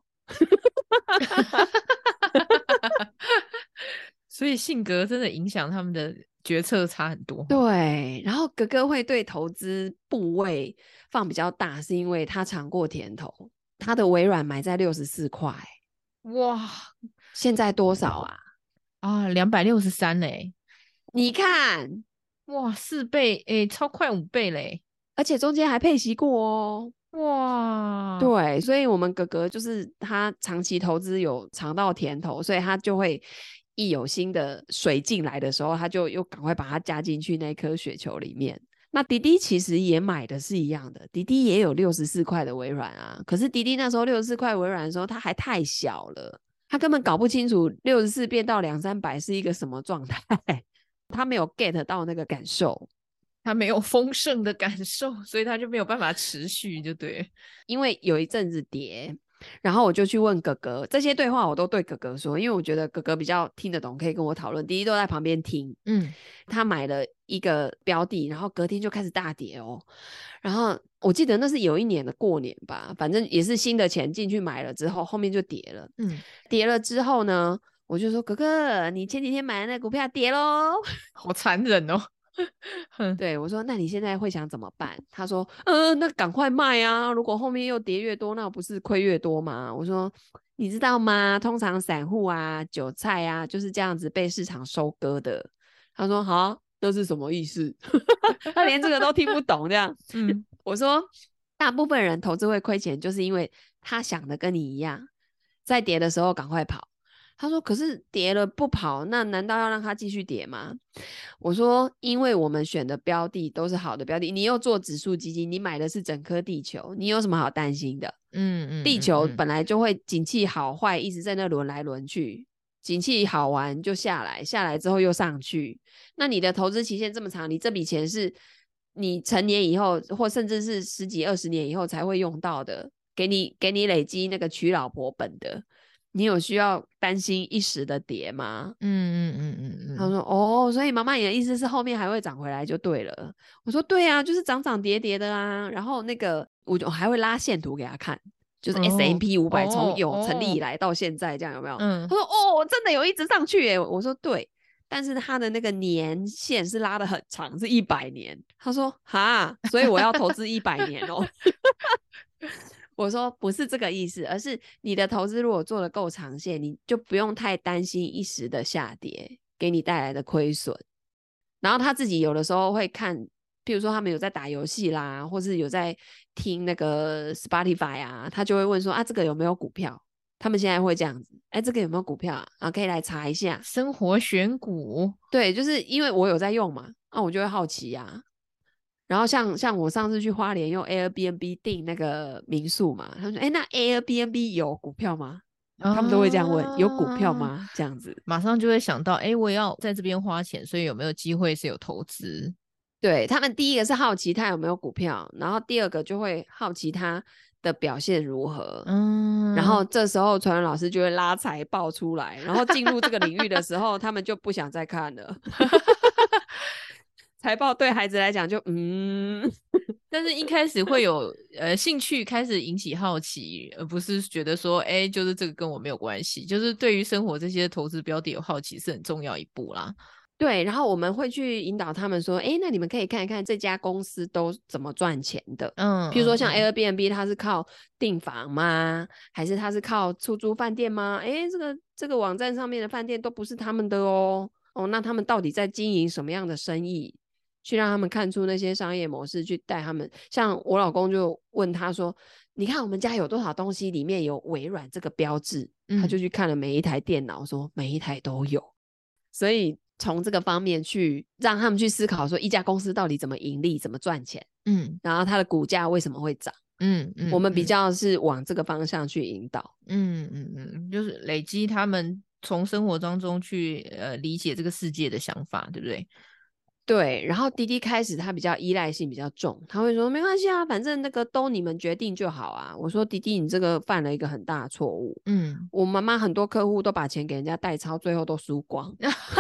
所以性格真的影响他们的决策差很多。 对，然后哥哥会对投资部位放比较大，是因为他尝过甜头。他的微软买在六十四块， 哇现在多少啊？ 啊，两百六十三嘞！ 你看， 哇，四倍，诶，超快五倍嘞！ 而且中间还配息过哦。 哇， 对，所以我们哥哥就是他长期投资有尝到甜头，所以他就会一有新的水进来的时候，他就又赶快把它加进去那颗雪球里面。那迪迪其实也买的是一样的，迪迪也有六十四块的微软啊，可是迪迪那时候六十四块微软的时候，他还太小了，他根本搞不清楚六十四变到两三百是一个什么状态，他没有 get 到那个感受。 他没有丰盛的感受，所以他就没有办法持续，就对。 因为有一阵子跌，然后我就去问哥哥，这些对话我都对哥哥说，因为我觉得哥哥比较听得懂，可以跟我讨论。弟弟都在旁边听， 嗯， 他买了一个标的，然后隔天就开始大跌哦。然后我记得那是有一年的过年吧，反正也是新的钱进去买了之后，后面就跌了。 嗯， 跌了之后呢，我就说哥哥，你前几天买的那股票跌咯。 好残忍哦。 对，我说那你现在会想怎么办？他说，呃，那赶快卖啊！如果后面又跌越多，那不是亏越多吗？我说，你知道吗？通常散户啊、韭菜啊，就是这样子被市场收割的。他说，好，那是什么意思？他连这个都听不懂，这样。 嗯， 我说，大部分人投资会亏钱，就是因为他想的跟你一样，在跌的时候赶快跑。他说：“可是跌了不跑，那难道要让它继续跌吗？”我说：“因为我们选的标的都是好的标的，你又做指数基金，你买的是整颗地球，你有什么好担心的？ 嗯嗯， 地球嗯本来就会景气好坏一直在那轮来轮去，景气好完就下来，下来之后又上去。那你的投资期限这么长，你这笔钱是你成年以后，或甚至是十几二十年以后才会用到的，给你给你累积那个娶老婆本的。” 你有需要担心一时的跌吗？ 嗯嗯嗯嗯嗯。 他说哦，所以妈妈你的意思是后面还会涨回来就对了。我说对啊，就是涨涨跌跌的啊。然后那个我就还会拉线图给他看，就是 S M P 五百从哦有成立以哦， 来到现在这样有没有？ 嗯， 他说哦，真的有一直上去耶。我说对，但是他的那个年限是拉的很长，是一百年。他说哈，所以我要投资一百年哦。我说不是这个意思，而是你的投资如果做的够长线，你就不用太担心一时的下跌给你带来的亏损。然后他自己有的时候会看，譬如说他们有在打游戏啦，或是有在听那个 Spotify 啊，他就会问说啊，这个有没有股票？他们现在会这样子，哎，这个有没有股票啊？啊，可以来查一下。 生活选股。 对，就是因为我有在用嘛，啊，我就会好奇啊。然后像像我上次去花莲用 Airbnb 订那个民宿嘛，他们说，哎，那 Airbnb 有股票吗？他们都会这样问，有股票啊， 吗？这样子。 马上就会想到，哎，我也要在这边花钱，所以有没有机会是有投资？ 对，他们第一个是好奇他有没有股票，然后第二个就会好奇他的表现如何。然后嗯， 这时候传文老师就会拉财报出来，然后进入这个领域的时候，他们就不想再看了。财报对孩子来讲就嗯， 但是一开始会有呃兴趣，开始引起好奇，而不是觉得说，哎，就是这个跟我没有关系，就是对于生活这些投资标的有好奇是很重要一步啦。 对。然后我们会去引导他们说，哎，那你们可以看一看这家公司都怎么赚钱的。 嗯譬如说像嗯嗯 Airbnb，它是靠订房吗？还是它是靠出租饭店吗？哎，这个这个网站上面的饭店都不是他们的哦。哦，那他们到底在经营什么样的生意？去让他们看出那些商业模式，去带他们。像我老公就问他说：“你看我们家有多少东西里面有微软这个标志？”他就嗯去看了每一台电脑，说每一台都有。所以从这个方面去让他们去思考，说一家公司到底怎么盈利、怎么赚钱， 嗯然后它的股价为什么会涨。 嗯嗯我们比嗯较是往这个方向去引导。 嗯嗯嗯，就是累积他们从生活当中去呃理解这个世界的想法，对不对？ 对，然后滴滴开始他比较依赖性比较重，他会说没关系啊，反正那个都你们决定就好啊。我说滴滴，你这个犯了一个很大的错误。 嗯， 我妈妈很多客户都把钱给人家代抄，最后都输光。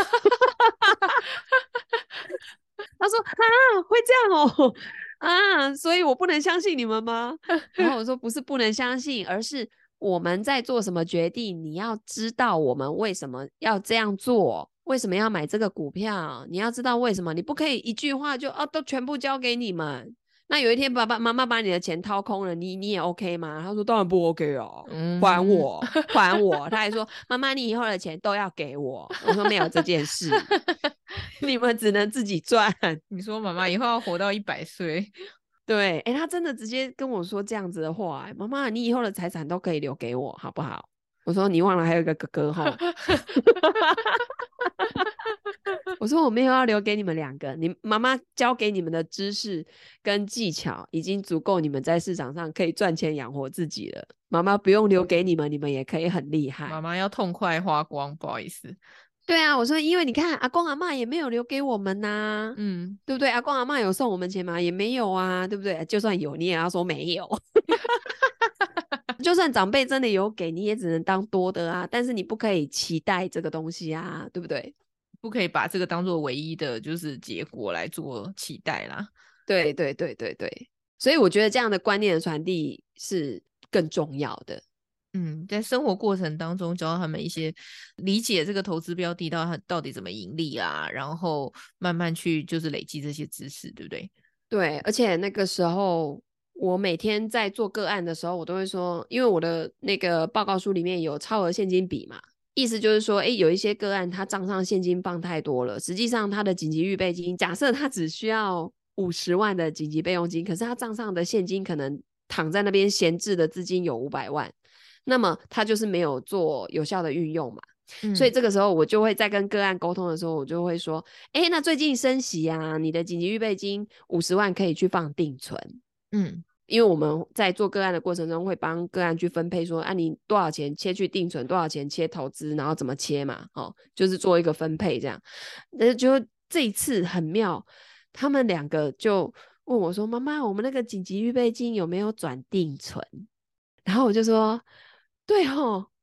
他说啊，会这样哦，啊，所以我不能相信你们吗？然后我说不是不能相信，而是我们在做什么决定，你要知道我们为什么要这样做，为什么要买这个股票，你要知道为什么，你不可以一句话就啊都全部交给你们。那有一天爸爸妈妈把你的钱掏空了，你你也 OK 吗？他说当然不 OK 哦，还嗯， 我还我。他还说妈妈你以后的钱都要给我。我说没有这件事，你们只能自己赚。 你说妈妈以后要活到一百岁。 对，哎，他真的直接跟我说这样子的话，妈妈，你以后的财产都可以留给我，好不好？我说你忘了还有一个哥哥哈。我说我没有要留给你们两个，你妈妈教给你们的知识跟技巧已经足够你们在市场上可以赚钱养活自己了。妈妈不用留给你们，你们也可以很厉害。 妈妈要痛快花光，不好意思。 对啊，我说因为你看阿公阿嬷也没有留给我们呐、 嗯， 对不对？阿公阿嬷有送我们钱吗？也没有啊，对不对？就算有，你也要说没有。就算长辈真的有给，你也只能当多的啊，但是你不可以期待这个东西啊，对不对？ 不可以把这个当做唯一的就是结果来做期待啦。 对对对对对，所以我觉得这样的观念的传递是更重要的。 嗯，在生活过程当中教他们一些理解这个投资标的到它到底怎么盈利啊，然后慢慢去就是累积这些知识，对不对？ 对，而且那个时候我每天在做个案的时候，我都会说，因为我的那个报告书里面有超额现金比嘛，意思就是说，哎，有一些个案他账上现金放太多了，实际上他的紧急预备金，假设他只需要五十万的紧急备用金，可是他账上的现金可能躺在那边闲置的资金有五百万，那么他就是没有做有效的运用嘛。 嗯所以这个时候我就会在跟个案沟通的时候，我就会说，哎，那最近升息啊，你的紧急预备金五十万可以去放定存。 嗯因为我们在做个案的过程中，会帮个案去分配说，啊，你多少钱切去定存，多少钱切投资，然后怎么切嘛，哦，就是做一个分配这样。那就这一次很妙，他们两个就问我说，妈妈，我们那个紧急预备金有没有转定存？然后我就说，对吼，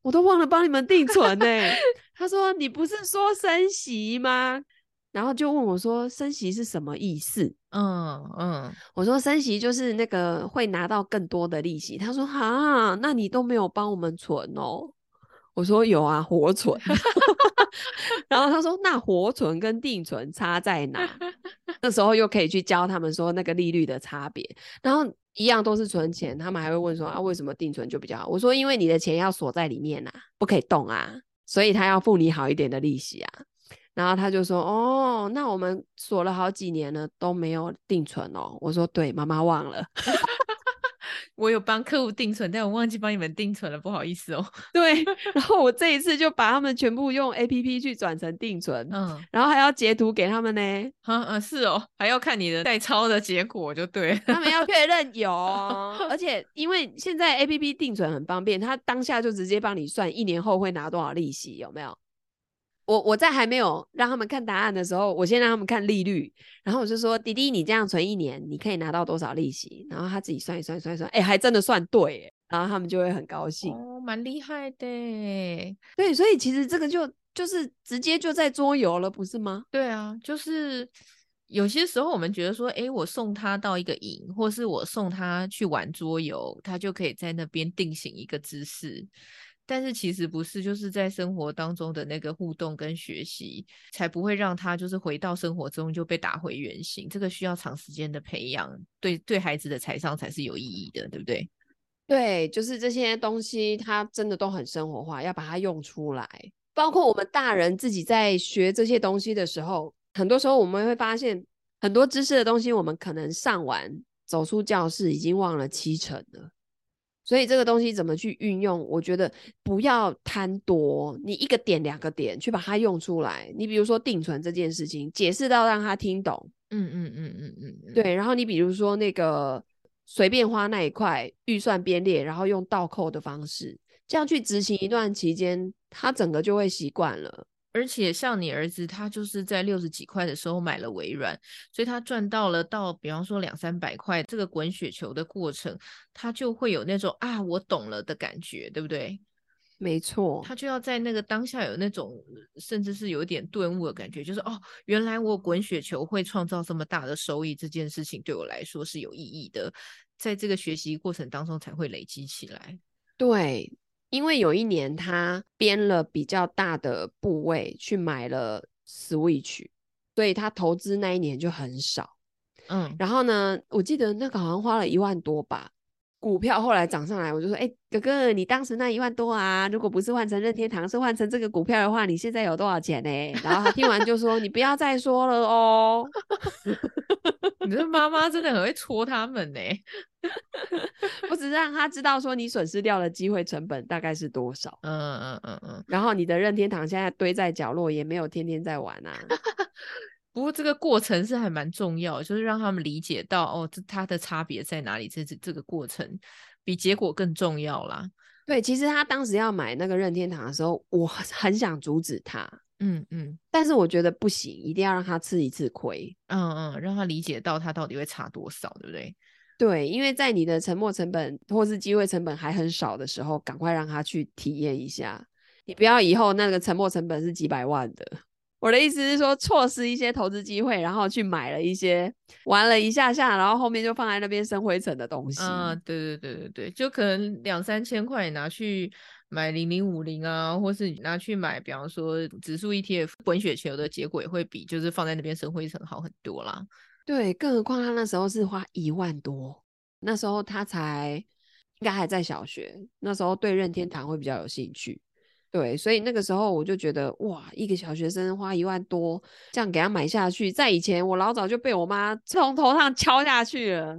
我都忘了帮你们定存呢。他说你不是说升息吗？然后就问我说升息是什么意思？ 嗯嗯， 我说升息就是那个会拿到更多的利息。他说哈，那你都没有帮我们存哦。我说有啊，活存。然后他说那活存跟定存差在哪？那时候又可以去教他们说那个利率的差别。然后一样都是存钱，他们还会问说啊，为什么定存就比较好？我说因为你的钱要锁在里面啊，不可以动啊，所以他要付你好一点的利息啊。然后他就说哦，那我们锁了好几年了都没有定存哦。我说对，妈妈忘了。 我有帮客户定存，但我忘记帮你们定存了，不好意思哦。 对，然后我这一次就把他们全部用 A P P 去转成定存， 嗯， 然后还要截图给他们呢。 啊啊，是哦，还要看你的代抄的结果就对了。 他们要确认有哦，而且因为现在 A P P 定存很方便，他当下就直接帮你算一年后会拿多少利息，有没有？我我在还没有让他们看答案的时候，我先让他们看利率，然后我就说弟弟，你这样存一年，你可以拿到多少利息？然后他自己算一算，算一算，哎，还真的算对耶，然后他们就会很高兴。 哦，蛮厉害的耶。 对，所以其实这个就就是直接就在桌游了，不是吗？ 对啊，就是有些时候我们觉得说，诶，我送他到一个营，或是我送他去玩桌游，他就可以在那边定型一个姿势。但是其实不是，就是在生活当中的那个互动跟学习，才不会让他就是回到生活中就被打回原形。这个需要长时间的培养，对对孩子的财商才是有意义的，对不对？ 对，就是这些东西，它真的都很生活化，要把它用出来。包括我们大人自己在学这些东西的时候，很多时候我们会发现，很多知识的东西，我们可能上完走出教室已经忘了七成了。所以这个东西怎么去运用，我觉得不要贪多，你一个点两个点去把它用出来。你比如说定存这件事情，解释到让他听懂， 嗯嗯嗯嗯嗯嗯， 对。然后你比如说那个随便花那一块预算编列，然后用倒扣的方式，这样去执行一段期间，他整个就会习惯了。 而且像你儿子，他就是在六十几块的时候买了微软，所以他赚到了到比方说两三百块，这个滚雪球的过程，他就会有那种啊我懂了的感觉，对不对？ 没错， 他就要在那个当下有那种甚至是有点顿悟的感觉，就是哦，原来我滚雪球会创造这么大的收益，这件事情对我来说是有意义的，在这个学习过程当中才会累积起来。 对。因为有一年他编了比较大的部位去买了 Switch，所以他投资那一年就很少。 嗯， 然后呢，我记得那个好像花了一万多吧，股票后来涨上来，我就说，哎、欸，哥哥，你当时那一万多啊，如果不是换成任天堂，是换成这个股票的话，你现在有多少钱呢？然后他听完就说，你不要再说了哦。 你这妈妈真的很会戳他们呢。 我只是让他知道说你损失掉的机会成本大概是多少， 嗯嗯嗯嗯。 然后你的任天堂现在堆在角落，也没有天天在玩啊。 不过这个过程是还蛮重要，就是让他们理解到哦，这它的差别在哪里，这这这个过程比结果更重要啦。 对，其实他当时要买那个任天堂的时候，我很想阻止他， 嗯嗯但是我觉得不行，一定要让他吃一次亏。 嗯嗯，让他理解到他到底会差多少，对不对？ 对，因为在你的沉没成本或是机会成本还很少的时候，赶快让他去体验一下。你不要以后那个沉没成本是几百万的。我的意思是说，错失一些投资机会，然后去买了一些玩了一下下，然后后面就放在那边生灰尘的东西。 啊，对对对对对，就可能两三千块拿去买零零五零啊，或是拿去买，比方说指数 E T F 滚雪球的结果也会比就是放在那边生灰尘好很多啦。 对，更何况他那时候是花一万多，那时候他才应该还在小学，那时候对任天堂会比较有兴趣。对，所以那个时候我就觉得哇，一个小学生花一万多，这样给他买下去，在以前我老早就被我妈从头上敲下去了。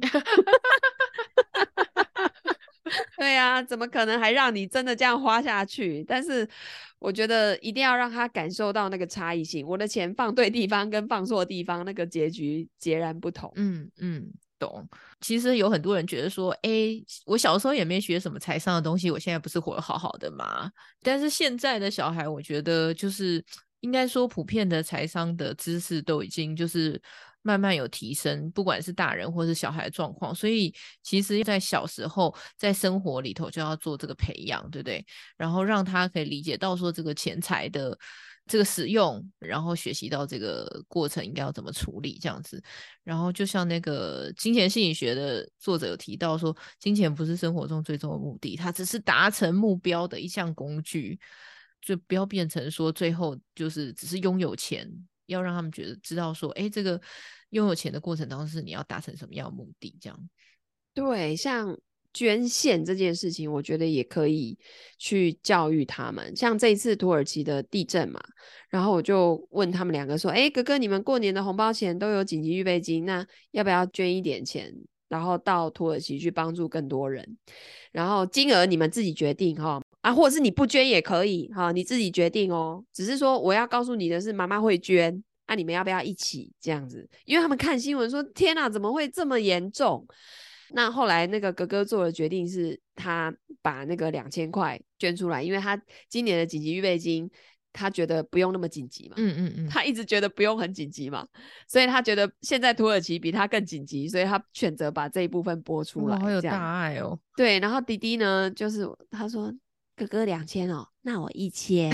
对呀、啊，怎么可能还让你真的这样花下去？但是我觉得一定要让他感受到那个差异性，我的钱放对地方跟放错地方，那个结局截然不同。 嗯嗯，懂。其实有很多人觉得说，哎，我小时候也没学什么财商的东西，我现在不是活得好好的吗？但是现在的小孩，我觉得就是应该说普遍的财商的知识都已经就是慢慢有提升，不管是大人或是小孩的状况。所以其实在小时候在生活里头就要做这个培养，对不对？然后让他可以理解到说这个钱财的这个使用，然后学习到这个过程应该要怎么处理这样子。然后就像那个金钱心理学的作者有提到说，金钱不是生活中最终的目的，它只是达成目标的一项工具，就不要变成说最后就是只是拥有钱，要让他们觉得知道说，哎，这个拥有钱的过程当中是你要达成什么样的目的这样。 对，像捐献这件事情，我觉得也可以去教育他们。像这一次土耳其的地震嘛，然后我就问他们两个说：“哎，哥哥，你们过年的红包钱都有紧急预备金，那要不要捐一点钱，然后到土耳其去帮助更多人？然后金额你们自己决定哈、哦，啊，或者是你不捐也可以哈、哦，你自己决定哦。只是说我要告诉你的是，妈妈会捐。”啊，你们要不要一起这样子？因为他们看新闻说，天哪，怎么会这么严重？那后来那个哥哥做的决定是，他把那个两千块捐出来，因为他今年的紧急预备金，他觉得不用那么紧急嘛。 嗯嗯嗯， 他一直觉得不用很紧急嘛，所以他觉得现在土耳其比他更紧急，所以他选择把这一部分拨出来。 哇，好有这样大爱哦。 对，然后弟弟呢，就是他说哥哥两千哦，那我一千。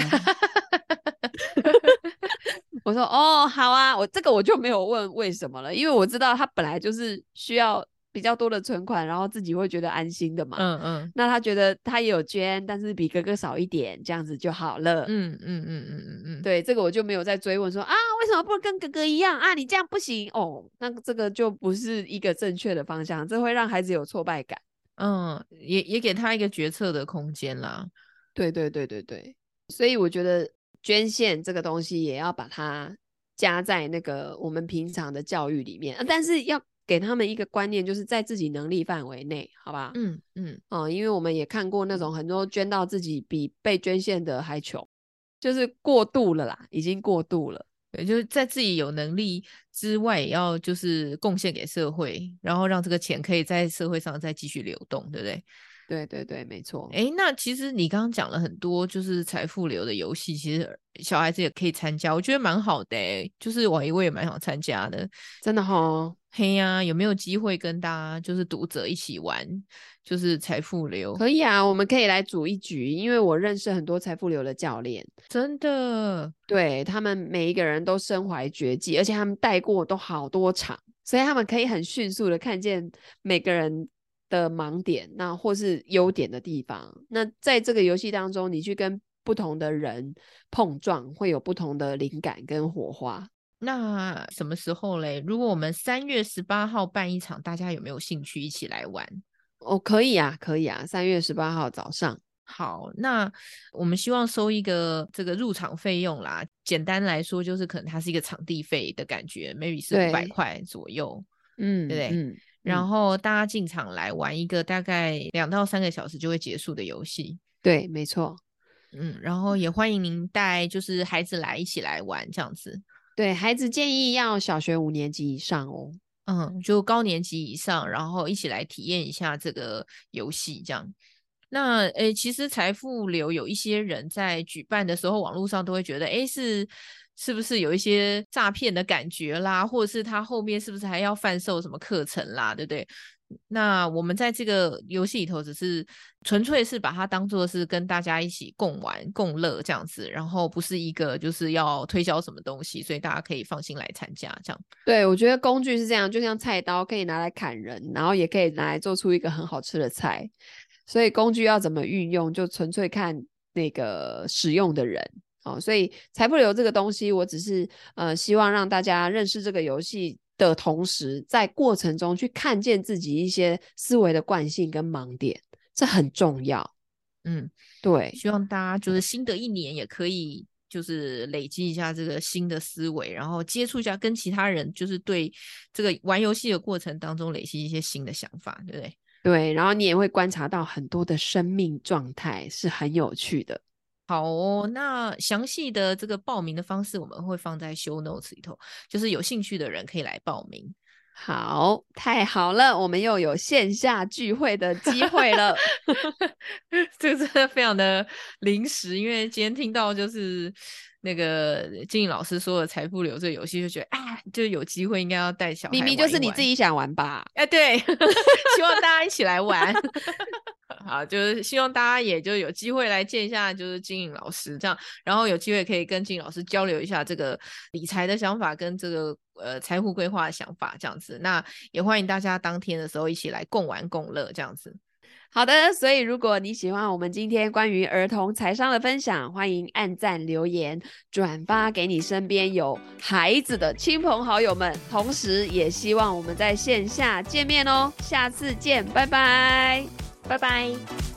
我说哦，好啊，我这个我就没有问为什么了，因为我知道他本来就是需要比较多的存款，然后自己会觉得安心的嘛。 嗯嗯那他觉得他也有捐，但是比哥哥少一点，这样子就好了。 嗯嗯嗯嗯嗯嗯， 对，这个我就没有再追问说啊，为什么不跟哥哥一样啊？你这样不行哦，那这个就不是一个正确的方向，这会让孩子有挫败感。 嗯，也也给他一个决策的空间啦。 对对对对对，所以我觉得捐献这个东西也要把它加在那个我们平常的教育里面，啊但是要给他们一个观念，就是在自己能力范围内，好吧？ 嗯嗯， 哦、因为我们也看过那种很多捐到自己比被捐献的还穷，就是过度了啦，已经过度了。 对，就是在自己有能力之外，也要就是贡献给社会，然后让这个钱可以在社会上再继续流动，对不对？ 对对对，没错。 诶，那其实你刚刚讲了很多就是财富流的游戏，其实小孩子也可以参加，我觉得蛮好的诶，就是我我也蛮想参加的。 真的哈。 嘿呀，有没有机会跟大家就是读者一起玩，就是财富流？ 可以啊，我们可以来组一局，因为我认识很多财富流的教练， 真的， 对，他们每一个人都身怀绝技，而且他们带过都好多场，所以他们可以很迅速的看见每个人的盲点，那或是优点的地方。那在这个游戏当中，你去跟不同的人碰撞，会有不同的灵感跟火花。 那什么时候嘞？如果我们三月十八号办一场，大家有没有兴趣一起来玩？ 哦，可以啊，可以啊，三月十八号早上。 好，那我们希望收一个这个入场费用啦。简单来说，就是可能它是一个场地费的感觉，maybe 是五百对， 块左右，对不对？ 嗯嗯然嗯， 后大家进场来玩一个大概两到三个小时就会结束的游戏。 对，没错。 嗯，然后也欢迎您带就是孩子来一起来玩这样子。 对，孩子建议要小学五年级以上哦。 嗯，就高年级以上，然后一起来体验一下这个游戏，这样。那诶，其实财富流有一些人在举办的时候，网络上都会觉得，诶，是是不是有一些诈骗的感觉啦，或者是他后面是不是还要贩售什么课程啦，对不对？那我们在这个游戏里头，只是纯粹是把它当做是跟大家一起共玩共乐这样子，然后不是一个就是要推销什么东西，所以大家可以放心来参加这样。 对，我觉得工具是这样，就像菜刀可以拿来砍人，然后也可以拿来做出一个很好吃的菜。所以工具要怎么运用，就纯粹看那个使用的人。哦，所以财富流这个东西，我只是呃希望让大家认识这个游戏的同时，在过程中去看见自己一些思维的惯性跟盲点，这很重要。 嗯， 对希望大家就是新的一年也可以就是累积一下这个新的思维，然后接触一下跟其他人，就是对这个玩游戏的过程当中累积一些新的想法，对不对？ 对，然后你也会观察到很多的生命状态，是很有趣的。 好哦，那详细的这个报名的方式我们会放在 show notes 里头，就是有兴趣的人可以来报名。 好，太好了，我们又有线下聚会的机会了。 这个真的非常的临时，因为今天听到就是那个金颖老师说的财富流这个游戏，就觉得啊，就有机会应该要带小孩玩一玩。 明明就是你自己想玩吧？ 哎、对，希望大家一起来玩。好，就是希望大家也就有机会来见一下，就是金颖老师这样，然后有机会可以跟金颖老师交流一下这个理财的想法跟这个呃财富规划的想法这样子。那也欢迎大家当天的时候一起来共玩共乐这样子。 好的，所以如果你喜欢我们今天关于儿童财商的分享，欢迎按赞、留言、转发给你身边有孩子的亲朋好友们。同时也希望我们在线下见面哦，下次见，拜拜， 拜拜。